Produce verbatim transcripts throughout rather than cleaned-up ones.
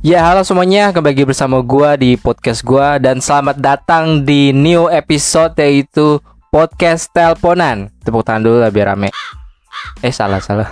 Ya, halo semuanya, kembali lagi bersama gua di podcast gua dan selamat datang di new episode yaitu podcast teleponan. Tepuk tangan dulu lah biar rame. Eh, salah, salah.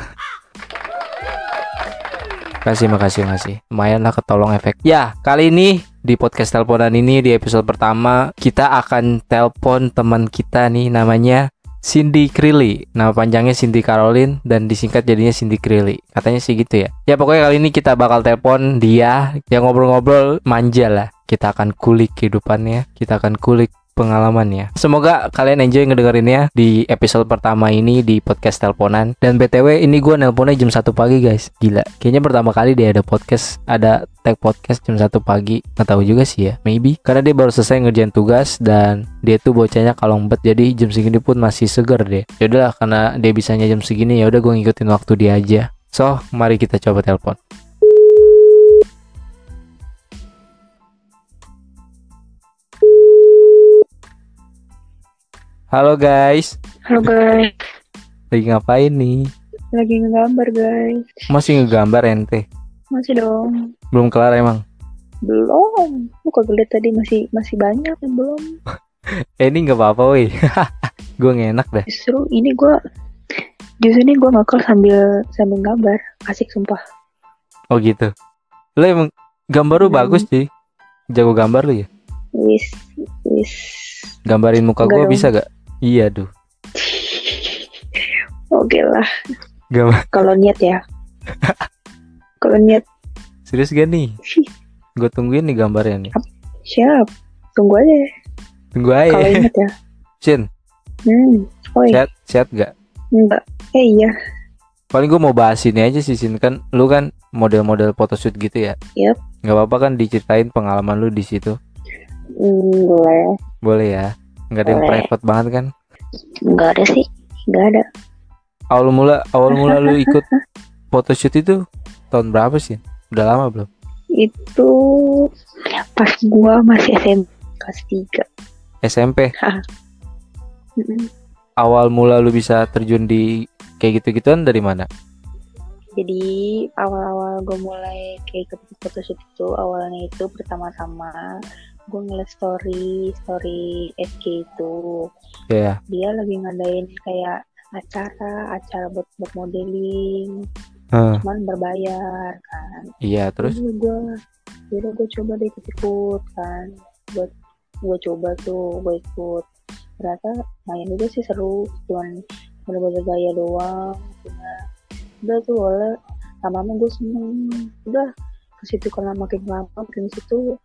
Makasih, makasih, makasih. Lumayan lah ketolong efek. Ya, kali ini di podcast teleponan ini di episode pertama kita akan telepon teman kita nih namanya Cindy Krilly. Nama panjangnya Cindy Caroline dan disingkat jadinya Cindy Krilly. Katanya sih gitu ya. Ya pokoknya kali ini kita bakal telepon dia. Ya ngobrol-ngobrol manja lah. Kita akan kulik kehidupannya. Kita akan kulik pengalamannya. Semoga kalian enjoy ngedengerinnya di episode pertama ini di podcast teleponan. Dan B T W ini gue nelponnya jam satu pagi guys. Gila. Kayaknya pertama kali dia ada podcast, ada tag podcast jam satu pagi. Nggak tahu juga sih ya. Maybe karena dia baru selesai ngerjain tugas dan dia tuh bocahnya kalong bet. Jadi jam segini pun masih seger deh. Yaudahlah karena dia bisanya jam segini ya udah gue ngikutin waktu dia aja. So, mari kita coba telepon. Halo guys. Halo guys. Lagi ngapain nih? Lagi ngegambar guys. Masih ngegambar ente? Masih dong. Belum kelar emang? Belum. Lu kagak liat tadi masih masih banyak yang belum. Eh ini nggak apa-apa weh. Gue ngenak dah. Justru ini gue justru ini gue ngakal sambil sambil gambar. Asik sumpah. Oh gitu. Lu emang gambar lu Hmm. bagus sih. Jago gambar lu ya? Wis wis. Gambarin muka Enggak gue dong. bisa gak? Iya duh. Oke lah. Gambar. Kalau niat ya. Kalau niat Serius gak nih? Gue tungguin nih gambarnya nih. siap. Tunggu aja. Tunggu Kalau aja. ingat ya. Cin, Hmm. Oi. sehat, sehat gak? Enggak. Eh iya. Paling gue mau bahas ini aja sih Cin. Kan lu kan model-model photoshoot gitu ya? Yap. Gak apa-apa kan diceritain pengalaman lu di situ? Hmm, boleh. Boleh ya? Gak ada yang Boleh. private banget kan? Enggak ada sih. Enggak ada. Awal mula awal mula lu ikut photoshoot itu tahun berapa sih? Udah lama belum? Itu pas gua masih S M P kelas tiga. S M P. Mm-mm. Awal mula lu bisa terjun di kayak gitu-gituan dari mana? Jadi awal-awal gue mulai kayak ikut photoshoot itu awalnya itu pertama-tama gue ngeliat story story F K itu Ya. dia lagi ngadain kayak acara acara buat buat modeling Hah, cuman berbayar kan. iya terus? Terus gue jadi gue coba deh ikut-ikut kan buat gue coba tuh gue ikut ternyata main juga sih seru cuman bener-bener gaya doang cuma udah tuh boleh lama-lama gue seneng udah ke situ karena makin lama makin situ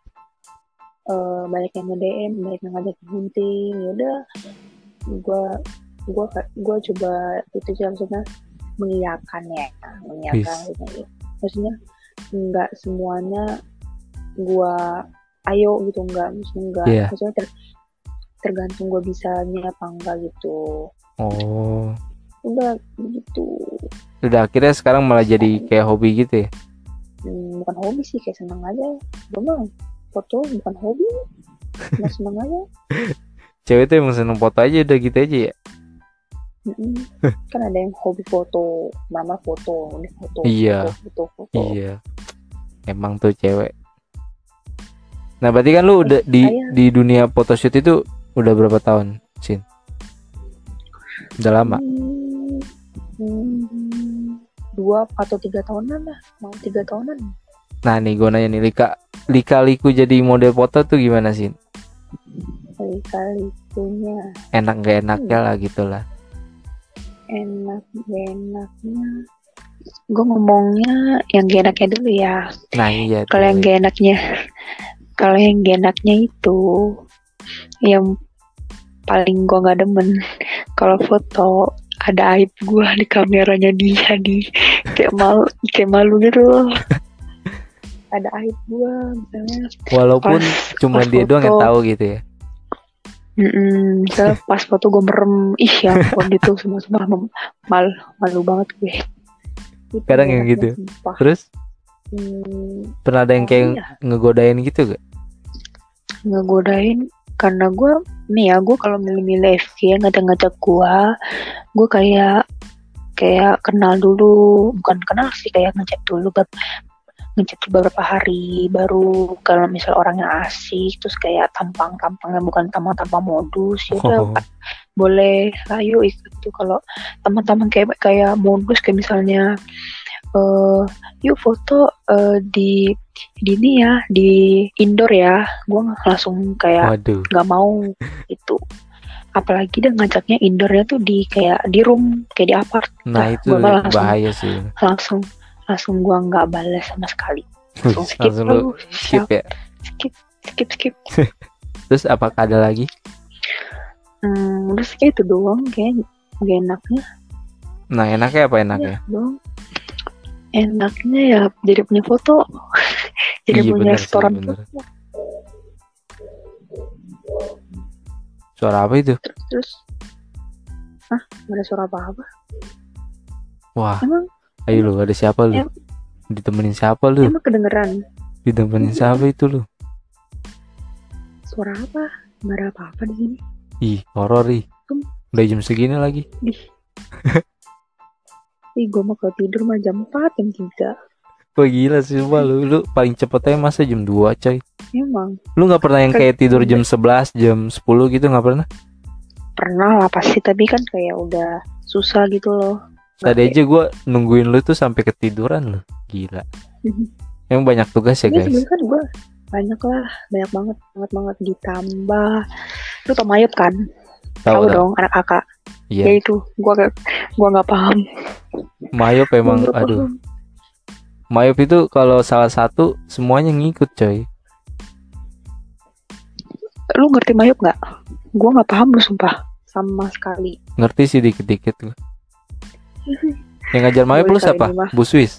eh, banyak yang nge-D M banyak yang ngajak hunting ya udah gue gue gue coba itu sih maksudnya mengiyakan ya mengiyakan Wis. gitu. Maksudnya nggak semuanya gue ayo gitu nggak maksudnya nggak Iya. maksudnya ter- tergantung gue bisanya apa enggak gitu Oh. udah gitu. Udah akhirnya sekarang malah jadi kayak hobi gitu ya? Hmm, bukan hobi sih kayak seneng aja gue mah foto bukan hobi cuma seneng aja. Cewek tuh emang seneng foto aja udah gitu aja ya? Mm-mm. Kan ada yang hobi foto mama foto ini foto Iya. foto foto foto Iya. Emang tuh cewek. Nah berarti kan lu udah di saya- di dunia photoshoot itu udah berapa tahun, Sin? Udah lama? Hmm, hmm, dua atau tiga tahunan lah mau tiga tahunan. Nah nih gue nanya nih Lika Lika-liku jadi model foto tuh gimana Sin? Kali-kali punya Enak gak enaknya lah gitu lah. enak gak enaknya gue ngomongnya yang gak enaknya dulu ya. Nah iya tuh. Kalau yang gak enaknya kalau yang gak enaknya itu yang paling gue nggak demen kalau foto ada aib gue di kameranya dia di kayak malu kayak malu gitu loh. Ada aib gue misalnya Walaupun pas- cuma pas dia doang yang foto. tahu gitu ya. Mm-mm, misalnya pas foto gue merem ih ya ampun itu semua semua malu malu banget gue. Itu Kadang nggak yang enaknya, gitu. sumpah. Terus Hmm, pernah ada yang oh, kayak iya. ngegodain gitu gak? Ngegodain karena gue nih ya gue kalau milih-milih F K yang ngajak-ngajak gue gue kayak kayak kenal dulu bukan kenal sih kayak ngecek dulu bab ngechat beberapa hari baru kalau misal orangnya asik terus kayak tampang-tampangnya bukan tampang-tampang modus ya udah Oh. boleh ayo ikut tuh. Kalau teman-teman kayak kayak modus kayak misalnya eh yuk foto eh, di di ini ya di indoor ya, gue langsung kayak Waduh. nggak mau itu, apalagi dia ngajaknya indoornya tuh di kayak di room kayak di apart. Nah, Dah, itu gua malah langsung bahaya sih. langsung langsung gue nggak balas sama sekali, langsung skip. Langsung lu Lu skip ya. skip skip skip Terus apakah ada lagi? hmm, udah kayak itu doang kayak gak enaknya. Nah, enaknya apa enaknya? Ya, doang. Enaknya ya jadi punya foto jadi Iya, punya bener sih, restoran bener. foto. Suara apa itu? terus terus ah nggak ada suara apa apa Wah, emang ayo lu, ada siapa lu? Em- Ditemenin siapa lu? emang kedengeran Ditemenin siapa itu lu? suara apa? Nggak ada apa-apa di sini. Ih, horor ih. Hmm. Udah jam segini lagi. Ih, ih gue mau ke tidur mah jam empat jam tiga. Wah, gila sih sumpah lu. Lu paling cepet aja masa jam dua, coy. Emang Lu gak pernah yang Kan- kayak tidur jam sebelas, jam sepuluh gitu, gak pernah? pernah lah pasti, tapi kan kayak udah susah gitu loh. Tadi aja gue nungguin lu tuh sampai ketiduran lu. Gila. Emang banyak tugas ya, Ini guys? sebenarnya kan gue banyak lah, banyak banget, banget banget ditambah. Lu tau Mayop kan? Tahu Tahu dong, anak kakak. Ya Iya. itu, gue gak, gue nggak paham. Mayop emang, Gua nggak aduh. paham. Mayop itu kalau salah satu semuanya ngikut, coy. Lu ngerti Mayop nggak? Gue nggak paham lu sumpah, sama sekali. Ngerti sih dikit-dikit gua. Yang ngajar Mayop Boleh lu siapa? kali ini mah. Bu Swiss.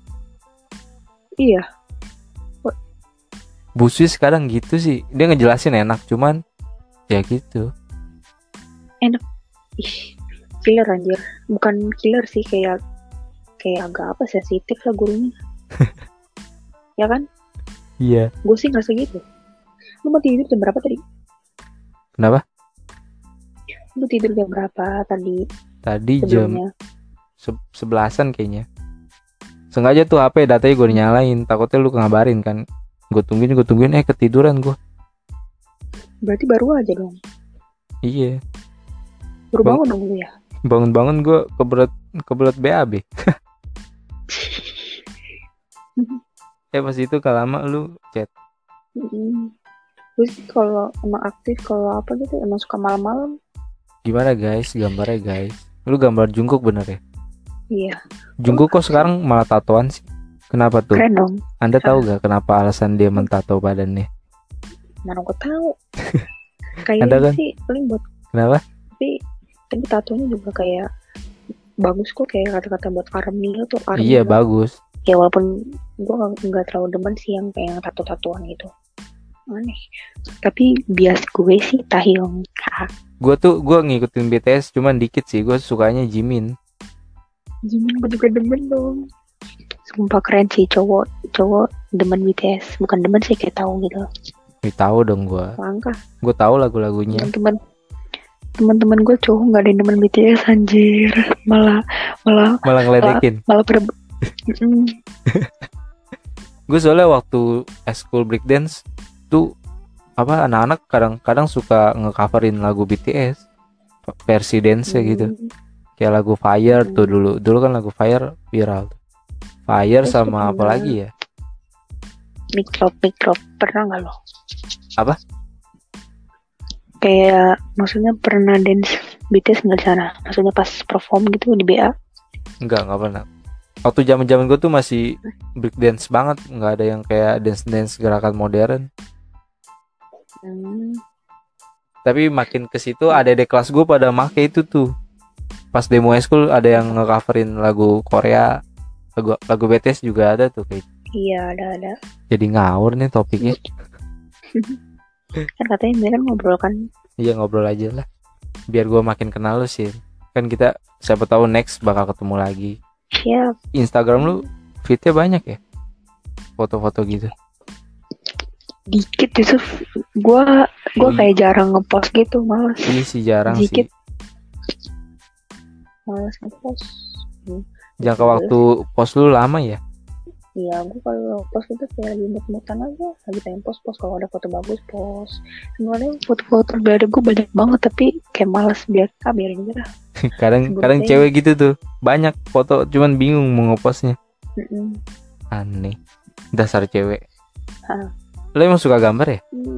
Iya, Bu Swiss kadang gitu sih. Dia ngejelasin enak, cuman ya gitu. ih, killer anjir. Bukan killer sih, kayak kayak agak apa sensitif lah gurunya. Ya kan? Iya. Gue sih ngerasa gitu. Lu mau tidur jam berapa tadi? Kenapa? Lu tidur jam berapa tadi Tadi jam sebelumnya? se- sebelasan kayaknya. Sengaja tuh H P datanya gue nyalain, takutnya lu ngabarin kan. Gue tungguin, gue tungguin, eh ketiduran gue. Berarti baru aja dong. Iya. Baru Bang- bangun dong lu ya. Bangun-bangun gue kebelet kebelet B A B. Eh pas itu kalau lama lu chat. Mm-mm. Gue sih kalau emang aktif kalau apa gitu emang suka malam-malam. Gimana guys gambarnya guys? Lu gambar Jungkook bener ya? Iya, Jungkook kok sekarang malah tatoan sih? Kenapa tuh? keren dong. Anda tahu gak kenapa alasan dia mentato badannya? Mana gue tahu. Ada Kayaknya kan? sih paling buat, Kenapa? tapi tapi tatonya juga kayak bagus kok, kayak kata-kata buat army tuh army. Iya lah. bagus. Ya walaupun gue nggak nggak terlalu demen sih yang kayak tato-tatuan gitu. Aneh. Tapi bias gue sih Taehyung. Haha. Gue tuh gue ngikutin B T S cuman dikit sih. Gue sukanya Jimin. Jimin gue juga demen dong. Sumpah keren sih cowok cowok demen B T S. Bukan demen sih kayak tahu gitu. Nih tahu dong gue. Langkah Gue tahu lagu-lagunya. teman-teman teman-teman gue cowok nggak ada yang demen B T S anjir. Malah malah Malah ngeledekin. malah pada Mm-mm. Gue soalnya waktu school breakdance tuh apa anak-anak kadang-kadang suka ngecoverin lagu B T S versi dance gitu. Hmm. Kayak lagu Fire tuh dulu. Dulu kan lagu Fire viral tuh. Fire Terus sama lu apa pernah- lagi ya? Mic drop, mic drop. Pernah nggak lo? Apa? Kayak maksudnya pernah dance B T S nggak di sana? Maksudnya pas perform gitu di B A? Enggak, enggak pernah. Waktu zaman-zaman gue tuh masih breakdance banget, nggak ada yang kayak dance-dance gerakan modern. Hmm. Tapi makin ke situ adik-adik kelas gue pada make itu tuh. Pas demo high school ada yang ngecoverin lagu Korea, lagu lagu B T S juga ada tuh kayak. Iya ada ada. Jadi ngawur nih topiknya. Kan katanya Miran ngobrol kan? Iya ngobrol aja lah. Biar gue makin kenal lu sih. Kan kita siapa tahu next bakal ketemu lagi. Siap. Instagram lu feednya banyak ya? Foto-foto gitu. Dikit Yusuf. Gua gua Iya. kayak jarang ngepost gitu, males. Ini sih jarang Dikit. sih. Males ngepost. Jangka waktu post lu lama ya? Iya, gue kalau post itu kayak lagi mut-mutan aja, lagi pengen post-post kalau ada foto bagus post. Sebenarnya foto-foto dari gue banyak banget tapi kayak malas biar ah biarin aja lah. kadang Sebut kadang aja. cewek gitu tuh, banyak foto cuman bingung mau ngepostnya. Mm-mm. Aneh, dasar cewek. Ah, Lo emang suka gambar ya? mm,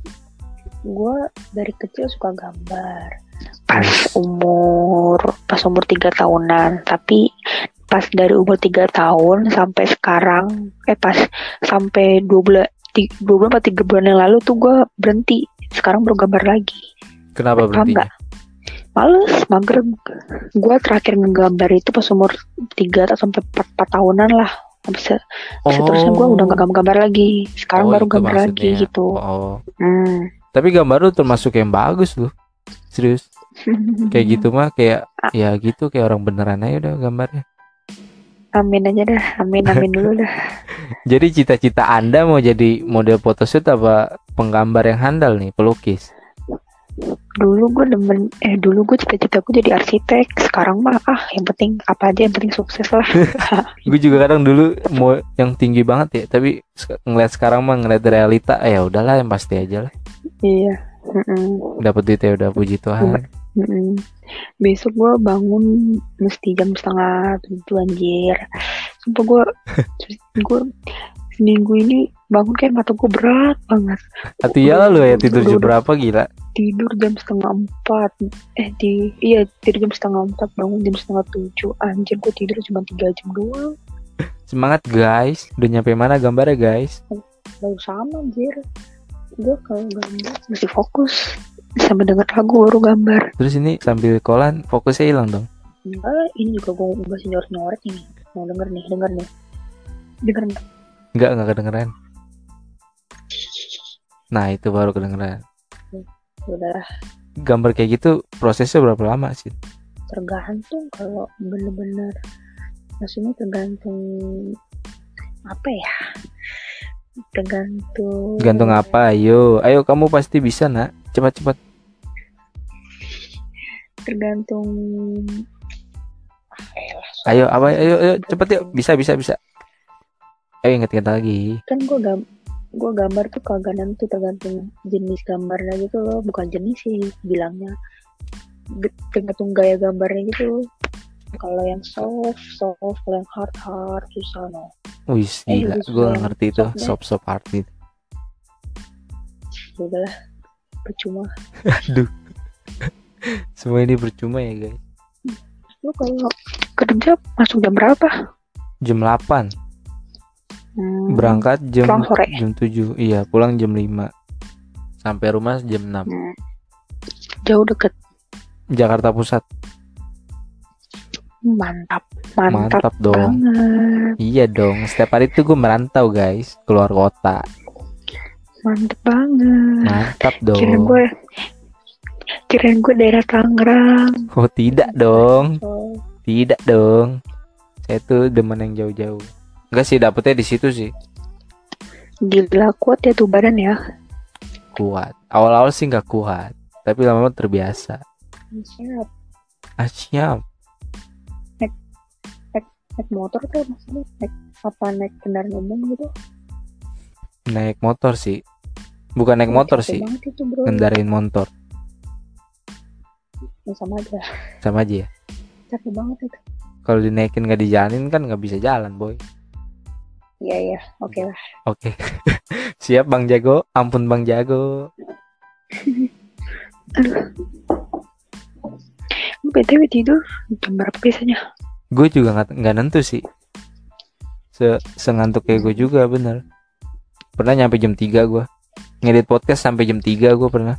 gue dari kecil suka gambar. Pas Wis. umur pas umur tiga tahunan, tapi pas dari umur tiga tahun sampai sekarang, eh pas sampai dua bulan, dua bulan atau tiga bulan yang lalu tuh gue berhenti. Sekarang baru gambar lagi. Kenapa Paham berhentinya? nggak? Males, mager. Gue terakhir ngegambar itu pas umur tiga atau sampai empat tahunan lah. Habis Oh. seterusnya gue udah gak gambar lagi. Sekarang Oh, baru itu gambar lagi maksudnya. gitu. Oh. Hmm. Tapi gambar lu termasuk yang bagus loh. Serius. Kayak gitu mah kayak ya gitu kayak orang beneran aja udah gambarnya. Amin aja dah, amin amin dulu dah. Jadi cita-cita Anda mau jadi model photoshoot apa penggambar yang handal nih, pelukis? Dulu gue demen, eh dulu gue cita-cita gue jadi arsitek. Sekarang mah ah yang penting apa aja yang penting sukses lah. Gue juga kadang dulu mau yang tinggi banget ya, tapi sek- ngeliat sekarang mah ngeliat realita, eh, ya udahlah yang pasti aja lah. Iya. Mm-mm. Dapat duit ya udah, puji Tuhan. Mm-mm. Besok gue bangun mesti jam setengah tujuh anjir. Sumpah gue gue seminggu ini bangun kayak mata gue berat banget. Hati ya lu ya tidur jam berapa gila? Tidur jam setengah empat. Eh di iya tidur jam setengah empat, bangun jam setengah tujuh. Anjir gue tidur cuma tiga jam doang. Semangat guys, udah nyampe mana gambarnya guys? Baru sama anjir. Gue kalau gambar mesti fokus sampai denger lagu baru gambar. Terus ini sambil kolan fokusnya hilang dong. Enggak, ini juga gue masih nyoret-nyoret ini. Mau denger nih, denger nih. Denger nih. Enggak, enggak kedengeran. Nah, itu baru kedengeran. Udah Gambar kayak gitu prosesnya berapa lama sih? tergantung kalau bener-bener, maksudnya tergantung apa ya? Tergantung. Gantung apa? Ayo, ayo kamu pasti bisa nak. Cepat-cepat. Tergantung. Ah, elah, Ayo, apa? Ayo, ayo, cepet yuk. Bisa, bisa, bisa. Ayo ingat-ingat lagi. Kan gue gam gue gambar tuh kagak nentu, tergantung jenis gambarnya gitu loh, bukan jenis sih bilangnya, G- tergantung gaya gambarnya gitu. Kalau yang soft soft, kalau yang hard hard susah no. Wih, Eh, gila. lebih Gue susah gak yang ngerti itu. soft deh. Sop-sop art gitu. Udahlah, percuma. Aduh. Semua ini percuma ya guys. Lu kalau kerja masuk jam berapa? Jam delapan. Hmm, Berangkat jam pulang sore. jam tujuh. Iya, pulang jam lima. Sampai rumah jam enam. Hmm. Jauh deket. Jakarta Pusat. Mantap, mantap, Mantap dong. banget. Iya dong. Setiap hari tuh gue merantau guys, keluar kota. Mantap banget. Mantap Kirain dong. gue, kirain gue daerah Tangerang. Oh tidak dong. Oh, Tidak dong. Saya tuh demen yang jauh-jauh. Enggak sih, dapetnya di situ sih. gila kuat ya tuh badan ya. Kuat. Awal-awal sih nggak kuat, tapi lama-lama terbiasa. Siap. Ah, siap. Naik motor tuh maksudnya naik apa, naik kendaraan umum gitu? Naik motor sih. Bukan naik Oh, motor capek sih. banget itu bro. Ngendarain motor. Ya, sama aja. Sama aja ya. Capek banget itu. Kalau dinaikin nggak dijalanin kan nggak bisa jalan boy. Iya ya, oke lah. Oke. Siap Bang Jago. Ampun Bang Jago. Lu B T W tidur jam berapa biasanya? Gue juga nggak nggak nentu sih. Se sengantuk kayak gue juga bener. Pernah nyampe jam tiga gue. Ngedit podcast sampai jam tiga gue pernah.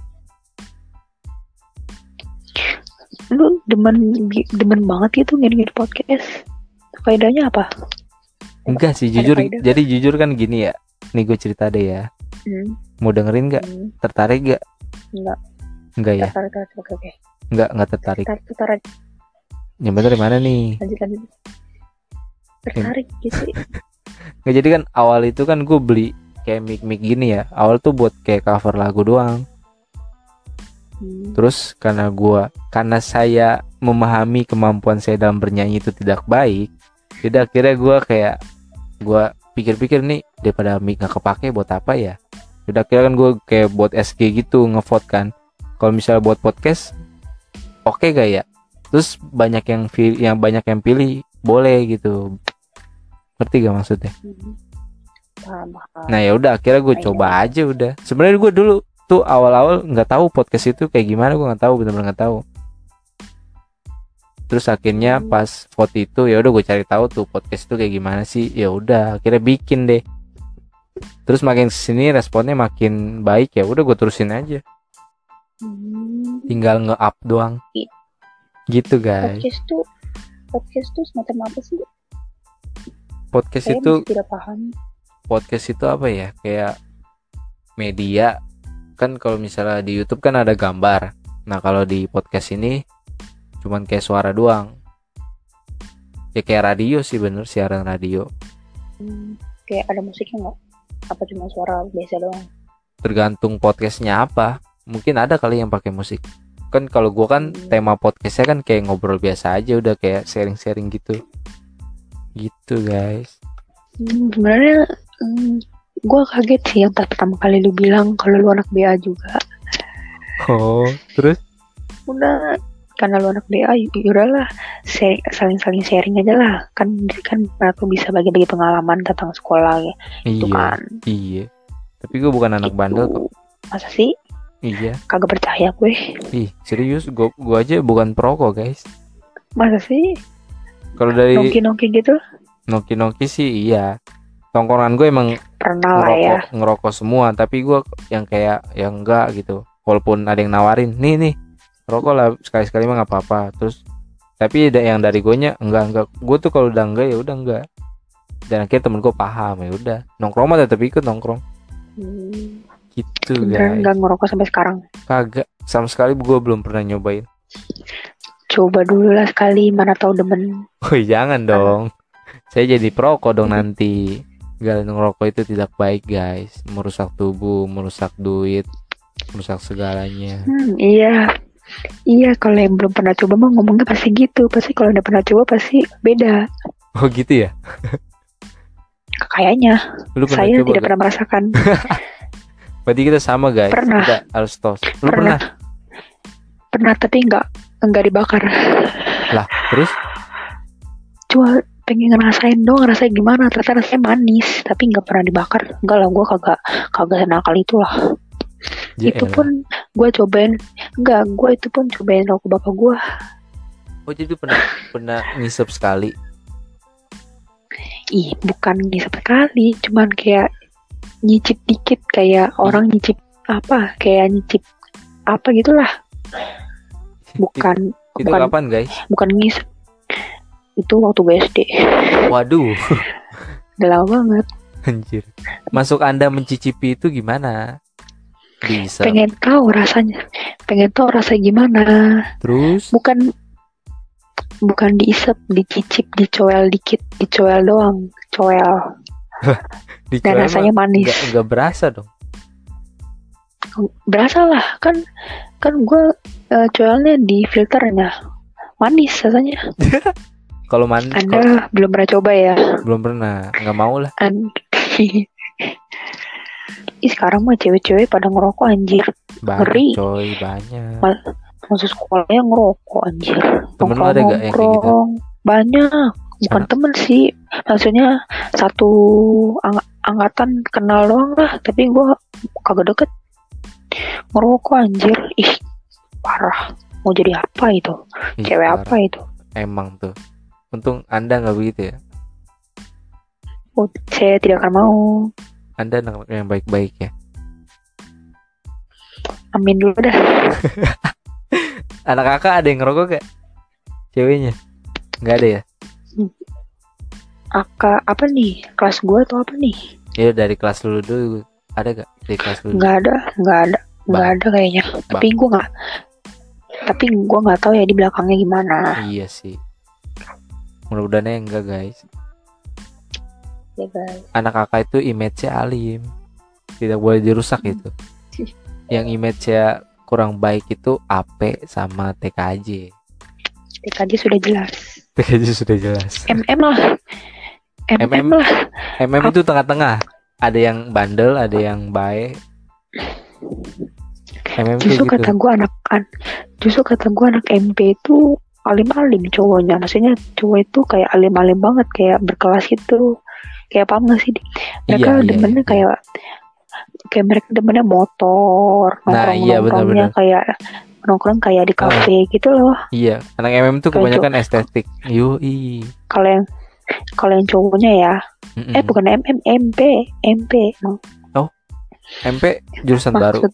Lu demen demen banget gitu ngedit podcast. Faedahnya apa? Enggak sih, Ada jujur. faedah. Jadi jujur kan gini ya. Nih gue cerita deh ya. Hmm. Mau dengerin nggak? Hmm. Tertarik nggak? Enggak. Enggak ya? Tarik tarik oke oke. Enggak, enggak tertarik. Tarik tarik Yang bener dari mana nih? lanjut lanjut. Tertarik gitu. Nggak, jadi kan awal itu kan gue beli kayak mic-mic gini ya. Awal tuh buat kayak cover lagu doang. Hmm. Terus karena gue, karena saya memahami kemampuan saya dalam bernyanyi itu tidak baik, jadi akhirnya gue kayak gue pikir-pikir nih daripada mic nggak kepake buat apa ya. Udah kira kan gue kayak buat S G gitu ngevote kan. Kalau misalnya buat podcast, oke okay gak ya? Terus banyak yang pilih, yang banyak yang pilih boleh gitu. Ngerti gak maksudnya? Paham, paham. Nah ya udah akhirnya gue coba aja udah. Sebenarnya gue dulu tuh awal-awal nggak tahu podcast itu kayak gimana, gue nggak tahu, benar-benar nggak tahu. Terus akhirnya pas vote itu ya udah gue cari tahu tuh podcast itu kayak gimana sih. Ya udah akhirnya bikin deh. Terus makin kesini responnya makin baik, ya udah gue terusin aja. Hmm. Tinggal nge-up doang. Gitu guys. Podcast tuh podcast tuh semacam apa sih? Podcast Saya itu masih tidak paham. podcast itu apa ya? Kayak media. Kan kalau misalnya di YouTube kan ada gambar. Nah kalau di podcast ini cuman kayak suara doang. Ya kayak radio sih, bener, siaran radio. Hmm, kayak ada musiknya nggak? Apa cuma suara biasa doang? Tergantung podcastnya apa. Mungkin ada kali yang pakai musik. Kan kalau gua kan Hmm. tema podcastnya kan kayak ngobrol biasa aja, udah kayak sharing-sharing gitu. Gitu guys. Hmm, sebenarnya hmm, gue kaget sih yang pertama kali lu bilang kalau lu anak B A juga. Oh, terus? Udah, karena lu anak B A, yaudahlah saling-saling sharing aja lah. Kan kan aku bisa bagi-bagi pengalaman tentang sekolah ya. Itu Iya, kan. iya. Tapi gue bukan anak Gitu. bandel kok. Masa sih? Iya. Kagak percaya gue. Ih, serius, gue gua aja bukan perokok guys. Masa sih? Kalau dari Nongki-nongki gitu? noki-noki sih iya. Tongkrongan gue emang Pernah lah ya. ngerokok ngerokok semua, tapi gue yang kayak yang enggak gitu. Walaupun ada yang nawarin, nih nih rokok lah sekali-sekali mah nggak apa-apa. Terus tapi ada yang dari gue nya enggak enggak. Gue tuh kalau udah enggak ya udah enggak. Dan akhirnya temen gue paham, ya udah nongkrong mah tetap ikut nongkrong. Hmm. Gitu Beneran guys. nggak ngerokok sampai sekarang? Kagak, sama sekali gue belum pernah nyobain. Coba dulu lah sekali, mana tahu demen. Oh jangan dong. Saya jadi perokok dong nanti. Gak, ngerokok itu tidak baik guys. Merusak tubuh, merusak duit, merusak segalanya. Hmm, iya. Iya, kalau yang belum pernah coba mah ngomongnya pasti gitu. Pasti kalau udah pernah coba pasti beda. Oh gitu ya? Kayaknya. Lu pernah Saya coba tidak gak? pernah merasakan. Berarti kita sama guys. Pernah. Kita harus tos. Lu Pernah. pernah? Pernah, tapi nggak nggak dibakar. Lah, terus? Cuma pengen ngerasain dong, ngerasain gimana. Ternyata rasanya manis, tapi nggak pernah dibakar. Enggak lah, gue kagak kagak senakal itu lah. Ya Itu elah. pun gue cobain. Enggak, gue itu pun cobain rokok bapak gue. Oh jadi pernah pernah ngisep sekali. Ih, bukan ngisep sekali, cuman kayak nyicip dikit, kayak orang nyicip apa, kayak nyicip apa gitulah. Bukan, Itu bukan, kapan guys? bukan ngisep. Itu waktu gue S D. Waduh. Udah lama banget. Anjir. Masuk Anda mencicipi itu gimana? Bisa. Pengen tahu rasanya, pengen tahu rasanya gimana. Terus? Bukan, bukan diisep, dicicip, dicoel dikit, dicoel doang, coel. Dicoel Dan rasanya mah manis. Nggak, nggak berasa dong. Berasa lah, kan, kan gue uh, coelnya di filternya, manis rasanya. Kalau manis Anda kalau- belum pernah coba ya? belum pernah, nggak mau lah. An- Ih, sekarang mah cewek-cewek pada ngerokok anjir. Banyak Ngeri. coy, banyak. Mal- Masuk sekolahnya ngerokok anjir. Temen lu ada gak yang kayak gitu? Nongkrong. Banyak. Bukan Anak- temen sih. Maksudnya satu ang- angkatan kenal doang lah. Tapi gue kagak deket. Ngerokok anjir. Ih, parah. Mau jadi apa itu? Ih, Cewek parah. apa itu? Emang tuh. Untung Anda nggak begitu ya. Oh, saya tidak akan mau. Anda anak yang baik-baik ya. Amin dulu dah. Anak kakak ada yang ngerokok gak? Ceweknya? Nggak ada ya? Aka apa nih? Kelas gue atau apa nih? Ya dari kelas lu dulu. Ada gak? Dari kelas lu dulu? Nggak ada, nggak ada, nggak Bang. ada kayaknya. Tapi gue nggak, tapi gue nggak tahu ya di belakangnya gimana. Iya sih. Mudah-mudahan enggak guys. Ya guys. Anak kakak itu image-nya alim. Tidak boleh dirusak itu. Yang image-nya kurang baik itu A P sama T K J. T K J sudah jelas. T K J sudah jelas. M M lah. M M M M. lah. M M itu tengah-tengah. Ada yang bandel, ada yang baik. M M Justru tuh gitu. kata gue anak an, justru kata gue anak M P itu alim-alim cowoknya. Maksudnya cowok itu kayak alim-alim banget, kayak berkelas gitu. Kayak paham gak sih? Mereka Iya, iya, demennya iya. kayak kayak mereka demennya motor, Nah, iya, nongkrong-nongkrongnya benar-benar. kayak nongkrong kayak di kafe gitu loh. Iya, anak M M tuh Kayak kebanyakan estetik. Yoi. kalau yang kalau yang cowoknya ya, Mm-mm. eh bukan M M, M P, M P. No. M P jurusan baru. Maksud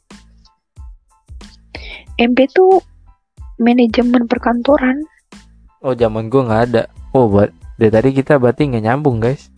M P tuh manajemen perkantoran. Oh, zaman gua nggak ada. Oh, buat dari tadi kita berarti nggak nyambung, guys.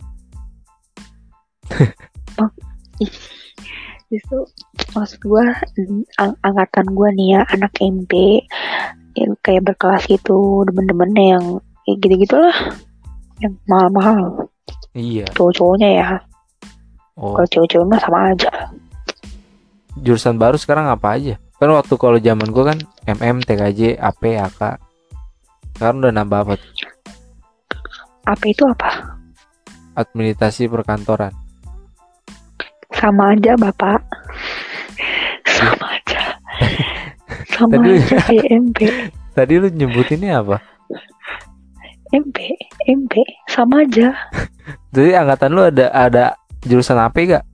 Justru maksud gue ang- angkatan gue nih ya, anak M P yang kayak berkelas gitu, demen-demennya yang kayak gitu-gitulah, yang mahal-mahal. Iya. Cowok-cowoknya ya, Oh, kalau cowok-cowok mah sama aja. jurusan baru sekarang apa aja? Kan waktu kalau zaman gua kan M M, T K J, A P, A K. Sekarang udah nambah apa tuh? Apa itu apa? Administrasi perkantoran. Sama aja bapak, sama aja, sama Tadi- aja kayak M P, Tadi lu nyebutinnya apa? M P, M P, sama aja. Jadi angkatan lu ada ada jurusan A P gak?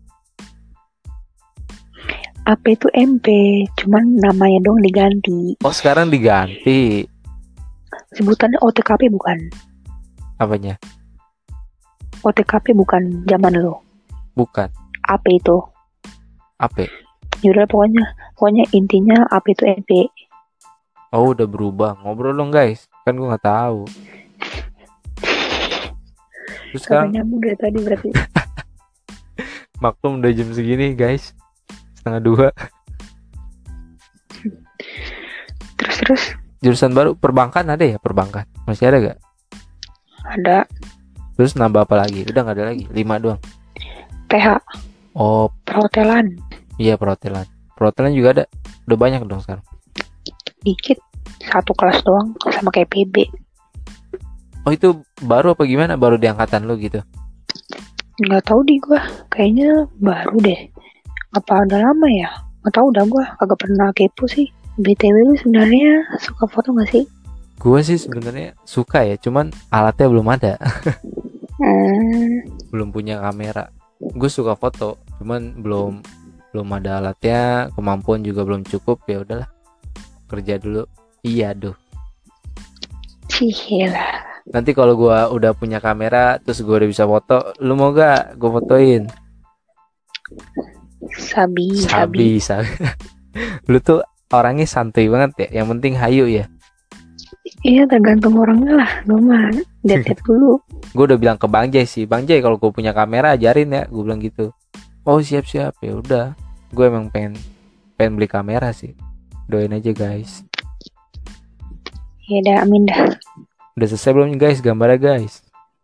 Apa itu M P, cuman namanya dong diganti. Oh, sekarang diganti. Sebutannya O T K P bukan? Apanya? O T K P bukan zaman lo. Bukan. A P itu. A P. Yaudah pokoknya, pokoknya intinya A P itu M P. Oh, udah berubah. Ngobrol dong, guys. Kan gua nggak tahu. Terus sekarang Katanya nyambung dari tadi berarti. maklum udah jam segini, guys. Setengah dua. Terus terus Jurusan baru perbankan ada ya? Perbankan masih ada gak? ada Terus nambah apa lagi? Udah nggak ada lagi. Lima doang. P H, Oh, perhotelan, iya, perhotelan. Perhotelan juga ada. Udah banyak dong sekarang. dikit, satu kelas doang sama kayak P B. Oh, itu baru apa gimana? Baru di angkatan lu gitu? Nggak tahu di gua, kayaknya baru deh. Apa udah lama ya? Nggak tahu dah gua, kagak pernah kepo sih. B T W lu sebenarnya suka foto nggak sih? Gue sih sebenarnya suka ya, cuman alatnya belum ada. Hmm, Belum punya kamera. Gue suka foto, cuman belum belum ada alatnya, kemampuan juga belum cukup. Ya udahlah, kerja dulu. Iya, duh. cihela. Nanti kalau gue udah punya kamera, terus gue udah bisa foto, lu mau gak gue fotoin? Sabi, sabi. Sabi, sabi. Lu tuh orangnya santuy banget ya. Yang penting hayu ya. Iya tergantung orangnya lah, gue mah lihat-lihat dulu. Gue udah bilang ke Bang Jay sih, Bang Jay kalau gue punya kamera ajarin ya, gue bilang gitu. Oh, siap-siap. Ya udah, gue emang pengen pengen beli kamera sih. Doain aja, guys. Ya udah, amin dah. Udah selesai belum guys gambarnya, guys?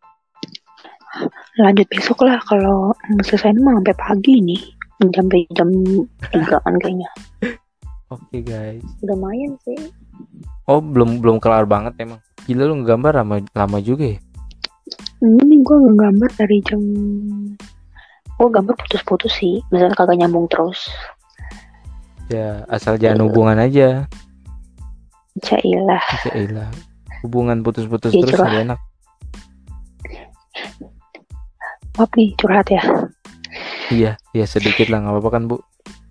Lanjut besok lah, kalau selesai mah sampai pagi nih, sampai jam tigaan kayaknya. Oke, guys. Udah lumayan sih. Oh, belum belum kelar banget emang. Gila, lu ngegambar lama lama juga ya. Ini gue ngegambar dari jam, gue gambar putus-putus sih, misalnya kagak nyambung terus. Ya, asal jangan hubungan aja. Cailah. Cailah. Hubungan putus-putus Ya, terus curah. gak enak. Maaf nih curhat ya. Iya, ya sedikit lah, nggak apa-apa kan, Bu.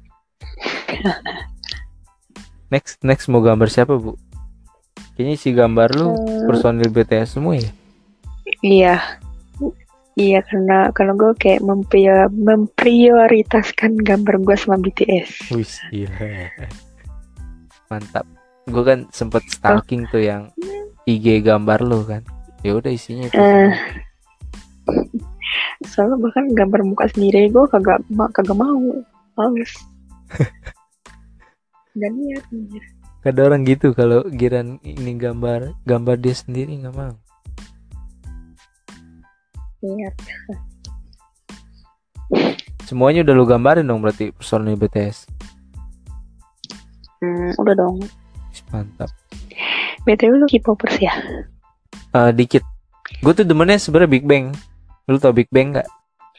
Next, next mau gambar siapa, Bu? Kayaknya si gambar lu Hmm, personil B T S semua ya. iya, iya karena karena gue kayak memprior- memprioritaskan gambar gue sama B T S. Wih, gila. Mantap. Gue kan sempet stalking tuh yang I G gambar lu kan. Ya udah isinya itu. Eh, soalnya bahkan gambar muka sendiri gue kagak ma- kagak mau, males. Dan niat anjir. Kadang orang gitu kalau giran ini gambar gambar dia sendiri nggak mau. Niat. Semuanya udah lu gambarin dong berarti personil B T S. Hmm, udah dong. Mantap. B T W lu K-popers ya? Eh, dikit. Gue tuh demennya sebenarnya Big Bang. Lu tau Big Bang nggak?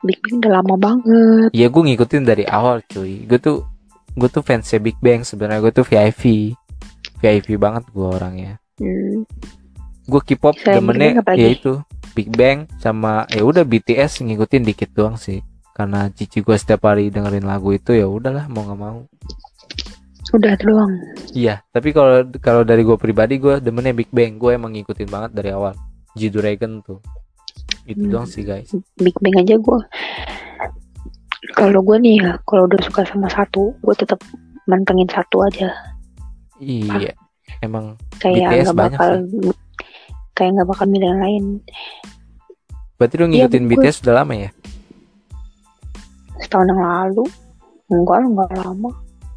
Big Bang udah lama banget. Iya, gue ngikutin dari awal cuy. Gue tuh gue tuh fansnya Big Bang sebenarnya. Gue tuh V I V V I V banget gue orangnya. Hmm. Gue K-pop Selain Big demennya Bang apa lagi? ya itu Big Bang sama ya udah B T S ngikutin dikit doang sih. Karena cici gue setiap hari dengerin lagu itu, ya udahlah mau nggak mau. Udah itu doang. Iya, tapi kalau kalau dari gue pribadi gue demennya Big Bang. Gue emang ngikutin banget dari awal. G-Dragon tuh. Itu Hmm. doang sih guys. Big Bang aja gue. Kalau gue nih ya, kalau udah suka sama satu, gue tetap mantengin satu aja. Iya, emang Kayak B T S nggak banyak bakal, sih. kayak nggak bakal milih yang lain. Berarti lu Iya, ngikutin gue B T S udah lama ya? setahun yang lalu. Enggak, enggak lama.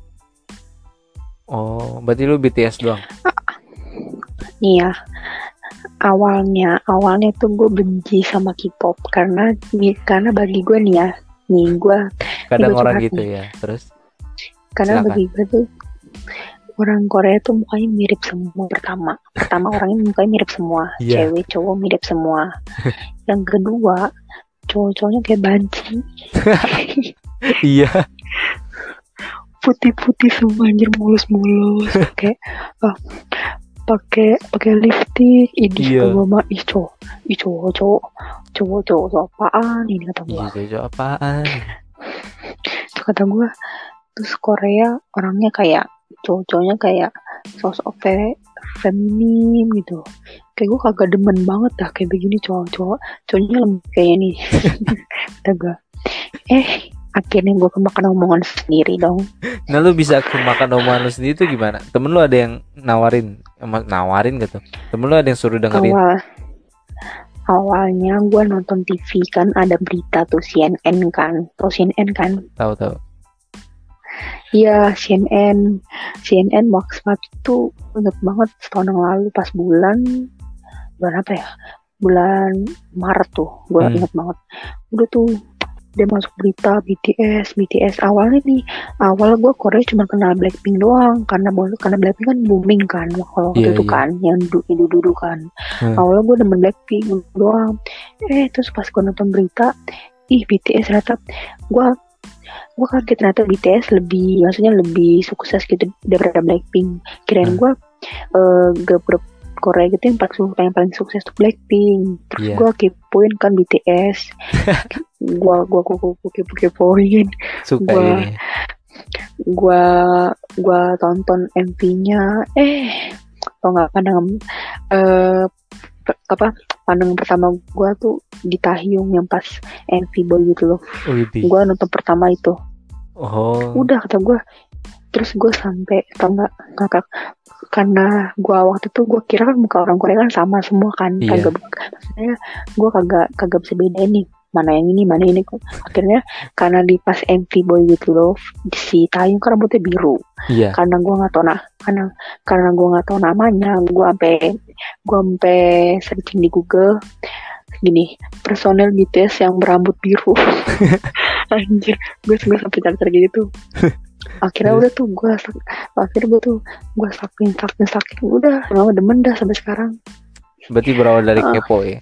Oh, berarti lu B T S doang. Nih ya, awalnya awalnya tuh gue benci sama K-pop karena karena bagi gue nih ya, nih gue Kadang gue orang curhat gitu nih. ya. Terus Karena silakan. bagi gue tuh orang Korea tuh mukanya mirip semua. Pertama, pertama orangnya mukanya mirip semua, Iya. cewek cowok mirip semua. Yang kedua, cowok-cowoknya kayak banci, Iya. putih-putih semua anjir, mulus-mulus, pakai ah, pakai pakai lipstick. Ini Iya. gue mah ih cowok, ih cowok cowok cowok cowok cowok apaan ini kata gue. Iya, cowok apaan? Terus kata gue, terus Korea orangnya kayak cowok-cowoknya kayak sosok fe feminim gitu. Kayak gue kagak demen banget dah kayak begini cowok-cowok. Cowoknya lembut kayak nih. Kata gue. Eh, akhirnya gue kemakan omongan sendiri dong. Nah, lu bisa kemakan omongan lu sendiri tuh gimana? Temen lu ada yang nawarin, emang nawarin gitu? Temen lu ada yang suruh dengerin? Awal awalnya gue nonton T V kan ada berita tuh C N N kan. Tau C N N kan? Tahu-tahu. Iya, C N N. C N N waktu itu inget banget setahun yang lalu pas bulan bulan apa ya? Bulan Maret tuh. Gue Hmm. inget banget. Udah tuh dia masuk berita B T S, B T S awalnya nih, awal gue Korea cuma kenal Blackpink doang karena karena Blackpink kan booming kan kalau waktu Iya, itu iya. kan yang dulu dulu kan. Hmm. Awalnya gue demen Blackpink doang. Eh terus pas gue nonton berita, ih B T S ternyata gue gue kaget ternyata B T S lebih, maksudnya lebih sukses gitu daripada Blackpink. Kirain Hmm. gue uh, grup Korea gitu yang paling, yang paling sukses tuh Blackpink. Terus Iya. gue kepoin kan B T S. gue gue gue gue kepo kepoin. Suka Gua- ini. Gue gue tonton M V-nya. Eh, tau nggak pandangan eh per- apa pandangan pertama gue tuh di Taehyung yang pas M V Boy gitu loh. Widih. Gue nonton pertama itu. Oh. Udah kata gue. Terus gue sampai tau nggak ngakak karena gue waktu itu gue kira kan muka orang Korea kan sama semua kan. Iya. Kagak, maksudnya gue kagak kagak bisa bedain nih mana yang ini mana ini. Akhirnya karena di pas M V Boy gitu loh, si Taehyung kan rambutnya biru. Iya. Karena gue nggak tahu nah karena karena gue nggak tahu namanya, gue sampai gue sampai searching di Google gini personel B T S yang berambut biru. Anjir, gue gue sampai cari-cari gitu. Akhirnya udah tuh gue akhirnya gue tuh gue saking saking saking udah lama demen dah sampai sekarang. Berarti berawal dari Ah. kepo ya.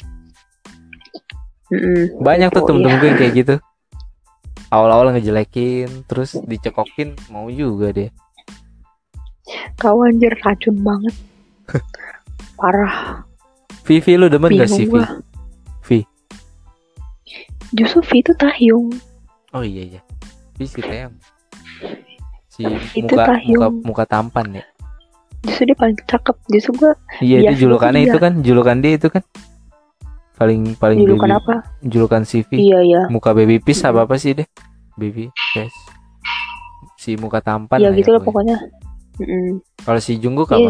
Mm-mm. Banyak tuh Oh, temen-temen iya. gue yang kayak gitu. Awal-awal ngejelekin, terus dicekokin, mau juga deh. Kau anjir racun banget. Parah. Vivi lu demen gak Bingung sih Vi? gua. Vi. Justru V itu Taehyung. Oh iya iya. Vi si Taeyang. Si Itu muka, muka Taehyung. muka tampan ya. Justru dia paling cakep. Justru gue Iya, Biasa itu julukannya iya. itu kan, julukan dia itu kan. Paling paling julukan baby, apa? julukan si Vi. Iya iya. Muka baby piece Mm-mm. apa apa sih deh? Baby face. Si muka tampan Iya lah gitu ya lah pokoknya. pokoknya. Mm-mm. Kalau si Jungkook Iya. apa?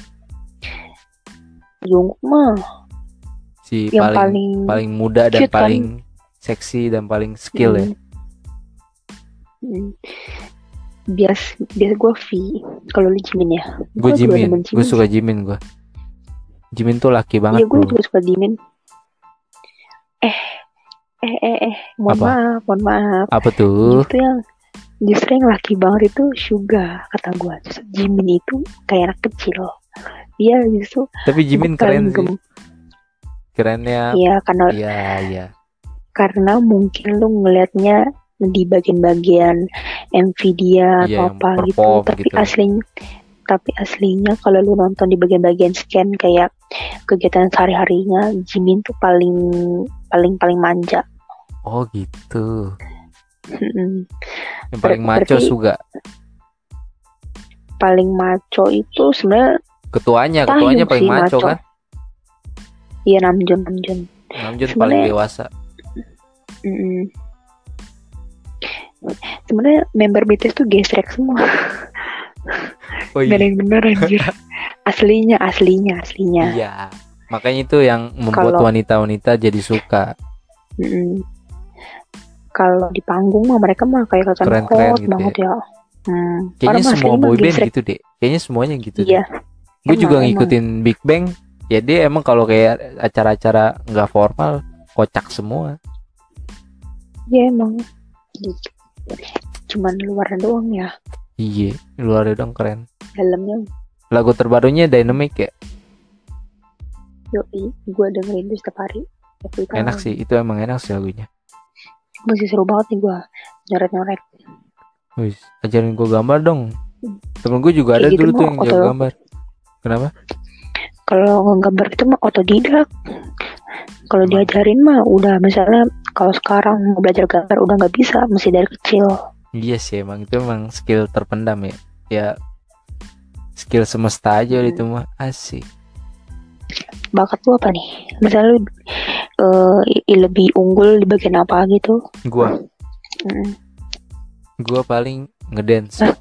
Jungkook mah Si yang paling paling paling muda dan cute kan. paling seksi dan paling skill ya. Mm. Mm. Bias bias gue V. Kalau lu Jimin ya. Gue Gua juga Jimin, demen gue suka Jimin gue. Jimin tuh laki Iya banget gue bro. juga suka Jimin. Eh eh eh eh mohon Apa? maaf mohon maaf. Apa tuh? Justru yang justru yang laki banget itu Suga kata gue. Justru Jimin itu kayak anak kecil. Iya justru Tapi Jimin gua keren paling sih. gem- Kerennya. Iya karena Iya iya. karena mungkin lu ngelihatnya di bagian-bagian Nvidia Iya, atau yang apa gitu, perform tapi gitu. aslinya tapi aslinya kalau lu nonton di bagian-bagian scan kayak kegiatan sehari-harinya, Jimin tuh paling paling paling manja. Oh gitu. Mm-mm. Yang paling Ber- maco berarti juga. paling maco itu sebenarnya Ketuanya, Tahyung ketuanya paling sih maco maco. kan. Iya, Namjoon Namjoon. Namjoon paling Sebenarnya dewasa. mm-mm. Sebenarnya member B T S tuh gesrek semua. Oh Gak ada iya. yang bener anjir. Aslinya, aslinya, aslinya. Iya. Makanya itu yang membuat Kalau wanita-wanita jadi suka. mm-mm. Kalau di panggung mah mereka mah kayak kelihatan Keren-keren hot gitu banget ya. Hmm. Kayaknya Orang mah semua aslinya mah boyband gesrek. gitu deh. Kayaknya semuanya gitu Iya, deh. Gue emang juga emang. ngikutin Big Bang. Ya dia emang kalau kayak acara-acara nggak formal, kocak semua. Iya emang. Gitu. Cuman luar doang ya. Iya, luar dong keren. Dalamnya Lagu terbarunya Dynamic ya. yoi, gue dengerin itu setiap hari. Waktu itu Enak sih, itu emang enak sih lagunya. masih seru banget nih gue nyoret-nyoret. Wih, ajarin gue gambar dong. Temen gue juga ada Kayak gitu dulu mah tuh yang jago auto- gambar. Kenapa? Kalau ngegambar itu mah otodidak. Kalau Emang. diajarin mah udah misalnya kalau sekarang mau belajar gambar udah nggak bisa, mesti dari kecil. Iya sih, emang itu emang skill terpendam ya. Ya skill semesta aja Hmm. itu mah asik. Bakat lu apa nih? Misalnya lu uh, i- lebih unggul di bagian apa gitu? Gua, Mm. gua paling ngedance, Ah,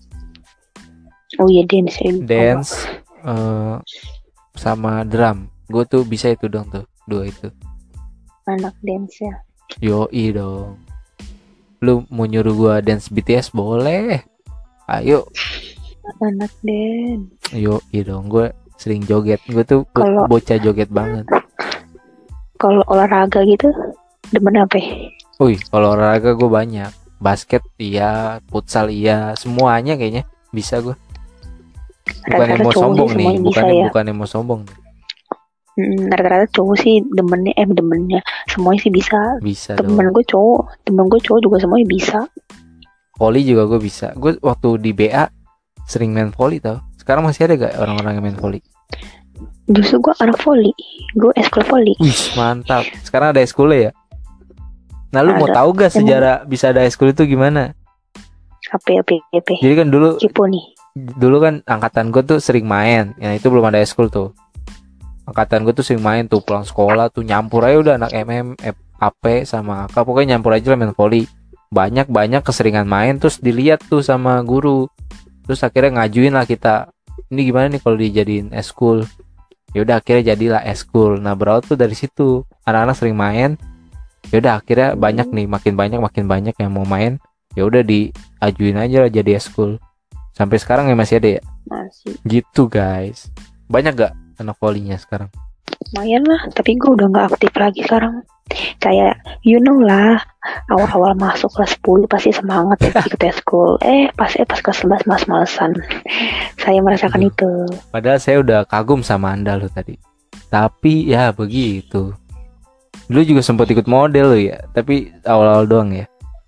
Oh iya dance ya. dance eh, sama drum. Gua tuh bisa itu dong tuh, dua itu. Anak dance ya. Yoi dong. Lu mau nyuruh gua dance B T S boleh. Ayo, Anak dance. yoi dong. Gua sering joget. Gua tuh bo- Kalau bocah joget banget. kalau olahraga gitu, demen apa? Wih, kalau olahraga gua banyak. Basket iya, futsal iya, semuanya kayaknya bisa gua. Bukan Rata-rata mau cowok sih sombong nih, semuanya bisa bukannya ya. bukannya mau sombong. Mm, rata-rata cowok sih demennya eh demennya semuanya sih bisa. Bisa Temen dong. gue cowok, temen gue cowok juga semuanya bisa. Volley juga gue bisa. Gue waktu di B A sering main volley tau. Sekarang masih ada gak orang-orang yang main volley? Justru gue anak volley, gue eskul volley. Wih, mantap. Sekarang ada eskulnya ya? Nah, lu mau Ada. tahu gak sejarah bisa ada eskul itu gimana? Apa apa apa? Jadi kan dulu Cipo nih. dulu kan angkatan gue tuh sering main. Yang itu belum ada eskul tuh. Angkatan gue tuh sering main tuh pulang sekolah tuh nyampur aja udah anak M M, F- A P sama A K. Pokoknya nyampur aja lah main volley. Banyak-banyak keseringan main terus dilihat tuh sama guru. Terus akhirnya ngajuin lah kita. Ini gimana nih kalau dijadiin eskul? Ya udah akhirnya jadilah eskul. Nah, berawal tuh dari situ. Anak-anak sering main. Ya udah akhirnya banyak nih, makin banyak makin banyak yang mau main. Ya udah diajuin aja lah jadi eskul. Sampai sekarang ya masih ada ya. Masih Gitu guys. Banyak gak anak volleynya sekarang? lumayan lah, tapi gue udah nggak aktif lagi sekarang. Kayak you know lah, awal-awal masuk kelas sepuluh pasti semangat ya ikut eskul. Eh pas eh pas kelas sebelas mas-malesan. Saya merasakan Aduh. itu. Padahal saya udah kagum sama anda lo tadi. Tapi ya begitu. Dulu juga sempat ikut model lo ya. Tapi awal-awal doang ya.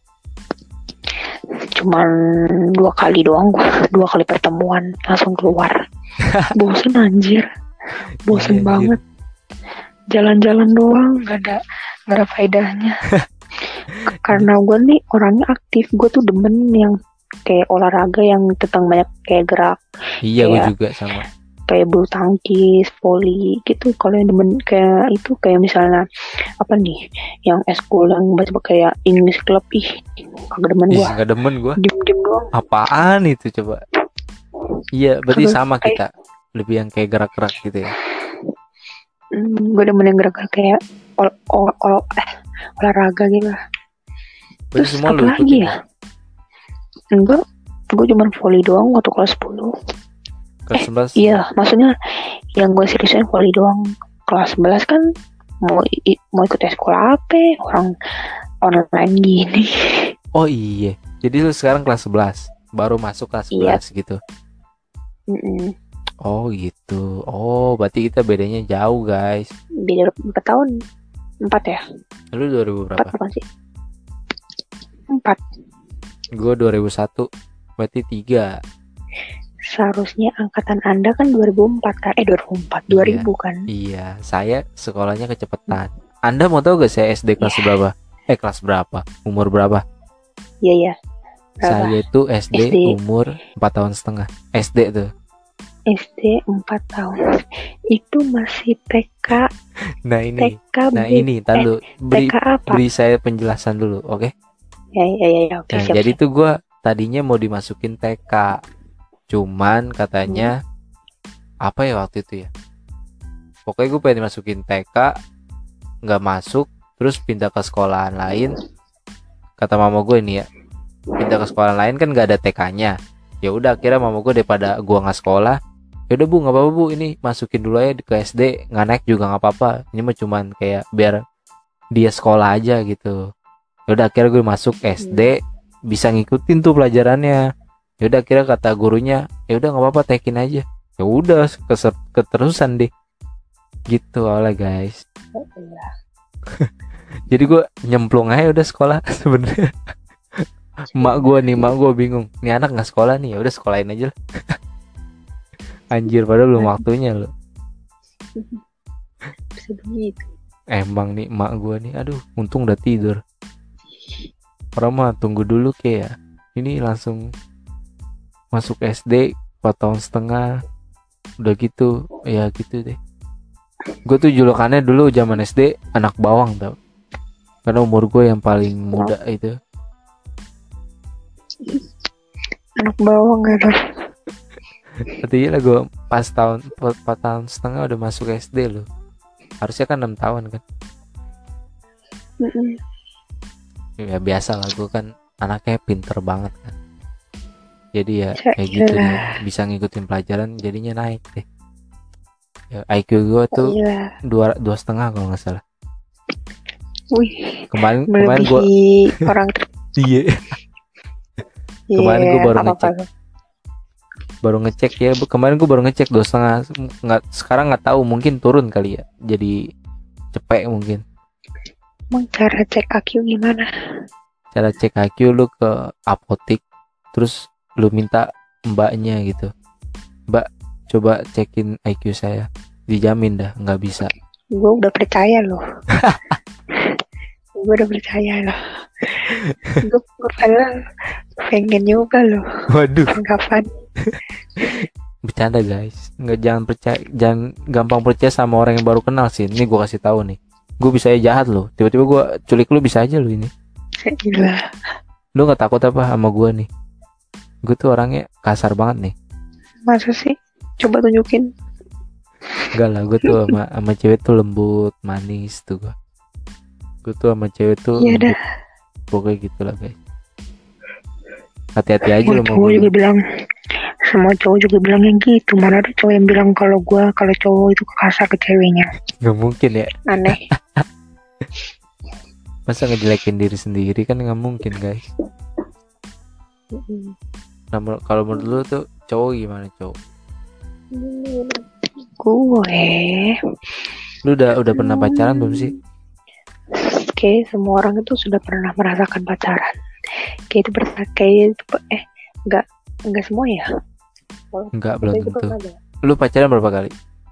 Cuman dua kali doang gue, dua kali pertemuan langsung keluar. Bosen anjir, bosen Iya, anjir. banget. Jalan-jalan doang, nggak ada nggak ada faedahnya. Karena gue nih orangnya aktif, gue tuh demen yang kayak olahraga yang tentang banyak kayak gerak, Iya gue Kayak- juga sama. kayak bulu tangkis, voli gitu. Kalau yang demen kayak itu kayak misalnya apa nih, yang eskul yang bahas kayak English Club, ih kagak demen Ih gue. gak demen gue. Diem-diem doang. Apaan itu coba? Iya berarti Kagak- sama kayak- kita. Lebih yang kayak gerak-gerak gitu ya. Hmm, gue demen yang gerak kayak ol, ol, ol, eh, olahraga gitu lah. Berarti Terus semua apa lu lagi ikutin ya? Enggak, gue cuma volley doang waktu kelas sepuluh. Kelas sebelas. Iya, maksudnya yang gue seriusin volley doang. Kelas sebelas kan mau i- mau ikut sekolah apa? Orang online gini. Oh iya. Jadi lu sekarang kelas sebelas. Baru masuk kelas Iya. sebelas gitu. Mm-mm. Oh gitu. Oh berarti kita bedanya jauh guys. Beda berapa tahun? Empat ya? Lu dua ribu Empat berapa? bukan sih? Empat. Gue dua ribu satu. Berarti tiga. Seharusnya angkatan Anda kan dua ribu empat kan? Eh dua ribu empat, Iya. dua ribu kan? Iya, saya sekolahnya kecepatan. Anda mau tahu gak saya S D kelas Iya. berapa? Eh kelas berapa? Umur berapa? Iya iya. Berapa? Saya itu S D, S D. umur empat tahun setengah. S D tuh. S D empat tahun. Itu masih T K. Nah ini. T K. Nah B- ini, tar dulu. Beri, T K apa? beri saya penjelasan dulu, oke? Ya ya ya, ya. Oke, Nah, siap. jadi siap. tuh gue tadinya mau dimasukin T K. Cuman katanya apa ya waktu itu ya? Pokoknya gue pengen dimasukin T K, nggak masuk, terus pindah ke sekolahan lain. Kata mama gue nih ya, pindah ke sekolah lain kan nggak ada T K-nya. Ya udah, akhirnya mama gue daripada gue nggak sekolah, ya udah bu nggak apa-apa bu, ini masukin dulu aja ke S D, nggak naik juga nggak apa-apa. Ini mah cuman kayak biar dia sekolah aja gitu. Ya udah akhirnya gue masuk S D, bisa ngikutin tuh pelajarannya. Ya udah akhirnya kata gurunya, ya udah nggak apa-apa tekin aja. Ya udah keser- keterusan deh. Gitu awalnya guys. Iya. Jadi gue nyemplung aja udah sekolah sebenarnya. Mak gue nih, mak gue bingung. Nih anak nggak sekolah nih, ya udah sekolahin aja lah. Anjir, padahal belum waktunya loh. Bisa begitu. Emang nih mak gue nih, aduh, untung udah tidur. Orang mah tunggu dulu kayak ini langsung masuk S D empat tahun setengah. Udah gitu, ya gitu deh. Gue tuh julukannya dulu zaman S D anak bawang tau. Karena umur gue yang paling muda itu. Anak bawang gitu. Artinya lah gue pas tahun empat tahun setengah udah masuk S D loh. Harusnya kan enam tahun kan. Mm-mm. Ya biasa lah, gue kan anaknya pinter banget kan. Jadi ya Saya kayak gitu kira. deh, bisa ngikutin pelajaran jadinya naik deh. Ya, I Q gue tuh Iya. dua dua setengah kalau nggak salah. Wih, Kemarin kemarin gue melebihi orang ter- iya Kemarin Iya, gua baru apa-apa ngecek. tuh. baru ngecek ya bu- kemarin gue baru ngecek dua setengah. Nggak, sekarang nggak tahu, mungkin turun kali ya, jadi cepet mungkin. Emang cara cek A Q gimana? Cara cek I Q, lu ke apotik, terus lu minta mbaknya gitu, mbak coba cekin I Q saya, dijamin dah nggak bisa. Gue udah percaya loh. Gue udah percaya loh. Gue padahal pengen juga loh. Waduh, Kapan? bercanda guys, nggak, jangan percaya, jangan gampang percaya sama orang yang baru kenal sih. Ini gue kasih tahu nih, gue bisa aja jahat loh, tiba-tiba gue culik lu, bisa aja lu ini. Gila. Lu nggak takut apa sama gue nih? Gue tuh orangnya kasar banget nih. Masa sih? Coba tunjukin. Enggak lah, gue tuh sama sama cewek tuh lembut, manis tuh gue. Gue tuh sama cewek tuh Iya dah. lembut. Pokoknya gitulah guys. Hati-hati aja Semua lu mau cowok gue. juga bilang, semua cowok juga bilang yang gitu. Mana ada cowok yang bilang kalau gue, kalau cowok itu kasar ke ceweknya. Nggak mungkin ya. Aneh. Masa ngejelekin diri sendiri kan nggak mungkin guys. Nah, menur- kalau menurut lu tuh cowok gimana cowok? Gue, Lu udah udah pernah pacaran belum sih? kayak semua orang itu sudah pernah merasakan pacaran. Kayak itu pernah, kayak itu eh nggak nggak semua ya. Enggak, belum Kayak itu tentu. pernah ada. Lu pacaran berapa kali?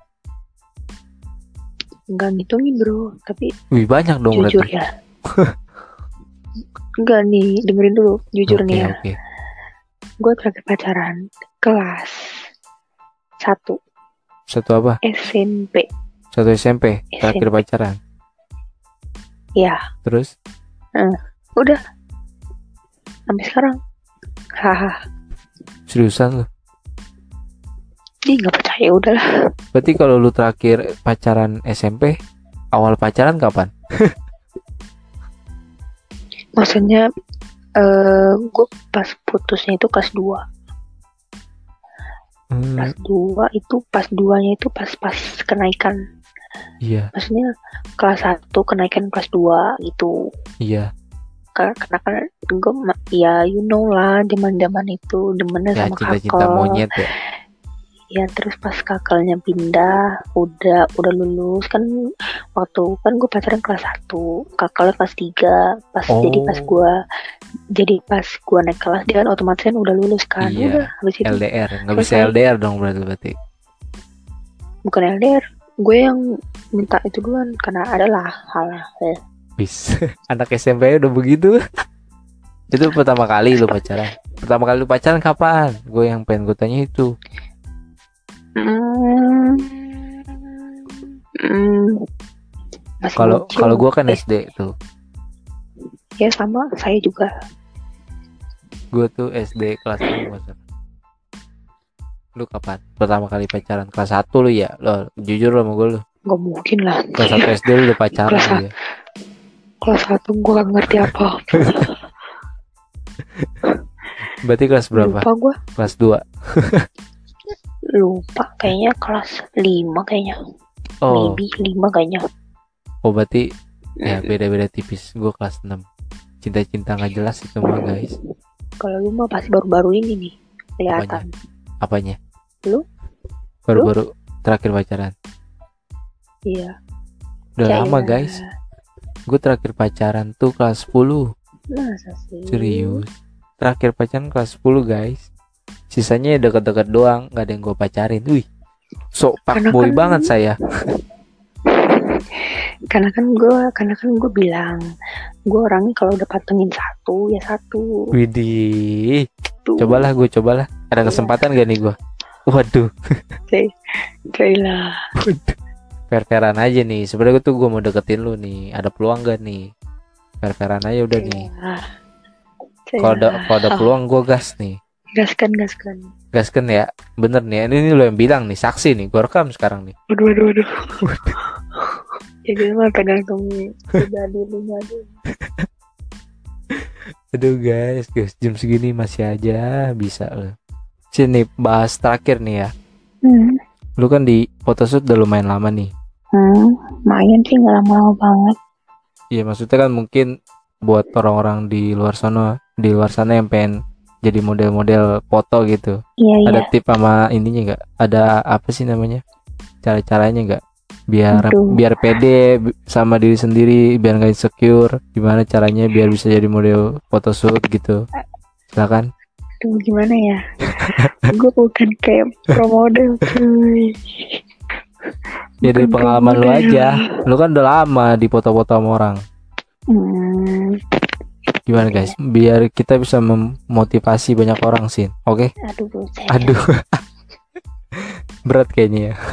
Nggak ngitungin bro, tapi Wih, banyak dong jujur berarti. ya. Enggak nih, dengerin dulu, jujur Oke, nih ya. oke. Gue terakhir pacaran kelas satu Satu apa? S M P. Satu S M P terakhir S M P. pacaran. Ya, Terus udah sampai sekarang. Haha, seriusan lu? dia nggak percaya, udahlah. Berarti kalau lu terakhir pacaran S M P, awal pacaran kapan? Maksudnya eh gue pas putusnya itu kelas dua. Hmm, Kelas dua itu pas duanya itu pas-pas kenaikan. iya, Maksudnya kelas satu kenaikan kelas dua gitu. iya. Karena karena kan gue ya you know lah, zaman-zaman itu demennya Ya sama cinta-cinta kakak. monyet ya. Ya terus pas kakaknya pindah, udah udah lulus kan, waktu kan gue pacaran kelas satu, kakaknya kelas tiga, pas Oh. jadi pas gue jadi pas gue naik kelas dia kan otomatis kan udah lulus kan, Iya. udah habis itu L D R, nggak bisa selesai. L D R dong berarti berarti. Bukan L D R, gue yang minta itu duluan karena adalah hal eh, Bis. Anak S M P udah begitu. Itu pertama kali lu pacaran. Pertama kali lu pacaran kapan? Gue yang pengen gue tanya itu. mm, mm, masih Kalau bocil. kalau gue kan Eh, S D tuh. ya sama saya juga. Gue tuh S D kelas enam masa. Lu kapan? Pertama kali pacaran kelas satu lu ya? Lo jujur lo sama gue lu. Gak mungkin lah, Kelas satu S D lu udah pacaran Kelas lu ya. kelas satu gue gak ngerti apa. Berarti kelas berapa? Lupa gue, Kelas dua. lupa kayaknya kelas lima kayaknya. Oh, Maybe lima kayaknya. oh berarti ya beda-beda tipis. Gue kelas enam. Cinta-cinta nggak jelas itu mah guys. Kalau lu mah pasti baru-baru ini nih kelihatan. Apanya? Lu? Baru-baru terakhir pacaran. Iya. Udah Cailah. lama guys. Gue terakhir pacaran tuh kelas sepuluh. Masa sih? Serius. Terakhir pacaran kelas sepuluh guys. Sisanya deket-deket doang, nggak ada yang gue pacarin. Wih, sok Karena fuckboy kan- banget saya. Karena kan gue, karena kan gue bilang, gue orangnya kalau udah patengin satu ya satu. Widih, Tuh. cobalah gue cobalah. Ada kesempatan gak nih gue? Waduh, Cailah. fair-fairan aja nih. Sebenarnya gue tuh gue mau deketin lu nih. Ada peluang gak nih? Fair-fairan aja udah nih. Kalau ada kalau ada peluang gue gas nih. Gaskan, gaskan. Gaskan ya, bener nih. Ini, ini lo yang bilang nih, saksi nih. Gue rekam sekarang nih. Waduh, waduh, waduh. Ya gitu mah tergantung pribadi lu aja. Aduh guys, guys jam segini masih aja bisa loh. Sini bahas terakhir nih ya. Hmm, Lu kan di photoshoot udah lumayan lama nih. hmm, lumayan sih nggak lama-lama banget. Iya maksudnya kan mungkin buat orang-orang di luar sana, di luar sana yang pengen jadi model-model foto gitu. Iya, iya. Ada tip sama ininya nggak? Ada apa sih namanya? Cara-caranya nggak? Biar Aduh. biar pede bi- sama diri sendiri, biar nggak insecure. Gimana caranya biar bisa jadi model photoshoot gitu? Silakan. Tuh gimana ya? Gue bukan kayak pro model cuy. Ya dari Bukan pro pengalaman lu model. aja. Lu kan udah lama di foto-foto sama orang. Hmm, Gimana guys? Biar kita bisa memotivasi banyak orang sih. Oke? aduh buset. Aduh. Berat kayaknya ya.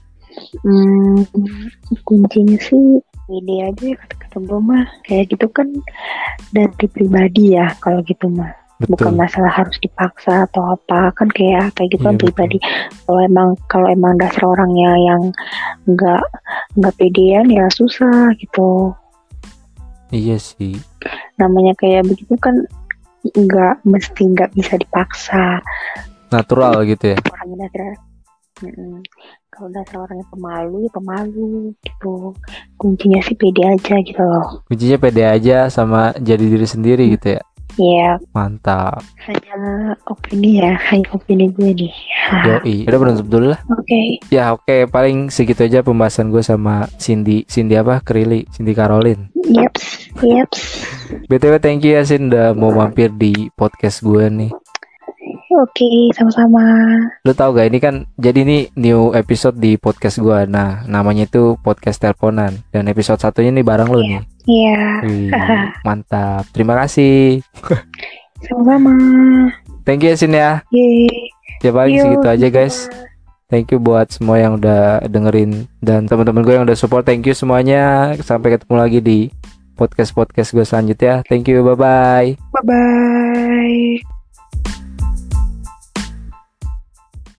Hmm, kuncinya sih ide aja ya, kata-kata gue mah kayak gitu kan dari pribadi ya kalau gitu mah. Bukan Betul. masalah harus dipaksa atau apa, kan kayak kayak gitu Iya, kan betul. pribadi. Kalau emang kalau emang dasar orangnya yang nggak nggak pedean ya susah gitu. Iya sih. Namanya kayak begitu kan nggak mesti nggak bisa dipaksa. Natural gitu ya. Orangnya dasar mm-mm. Kalau dasar orangnya pemalu ya pemalu gitu. Kuncinya sih pede aja gitu loh. Kuncinya pede aja sama jadi diri sendiri gitu ya. Ya Mantap. hanya opini ya, hanya opini gue nih. Yoi. Udah penutup dulu lah. Oke. Ya oke, paling segitu aja pembahasan gue sama Cindy. Cindy apa? Krili. Cindy Caroline. Yeps, yeps. B T W thank you ya Sin udah mau mampir di podcast gue nih. Oke, sama-sama. Lu tau gak ini kan jadi ini new episode di podcast gue. Nah namanya itu podcast teleponan. Dan episode satunya nih bareng lu nih. Iya, Wih, mantap. Terima kasih. sama-sama. Thank you ya Sin ya. Yeay. Ya paling Yo, segitu aja sama-sama. guys. Thank you buat semua yang udah dengerin dan teman-teman gue yang udah support. Thank you semuanya. Sampai ketemu lagi di podcast-podcast gue selanjutnya. Thank you. Bye bye. Bye-bye.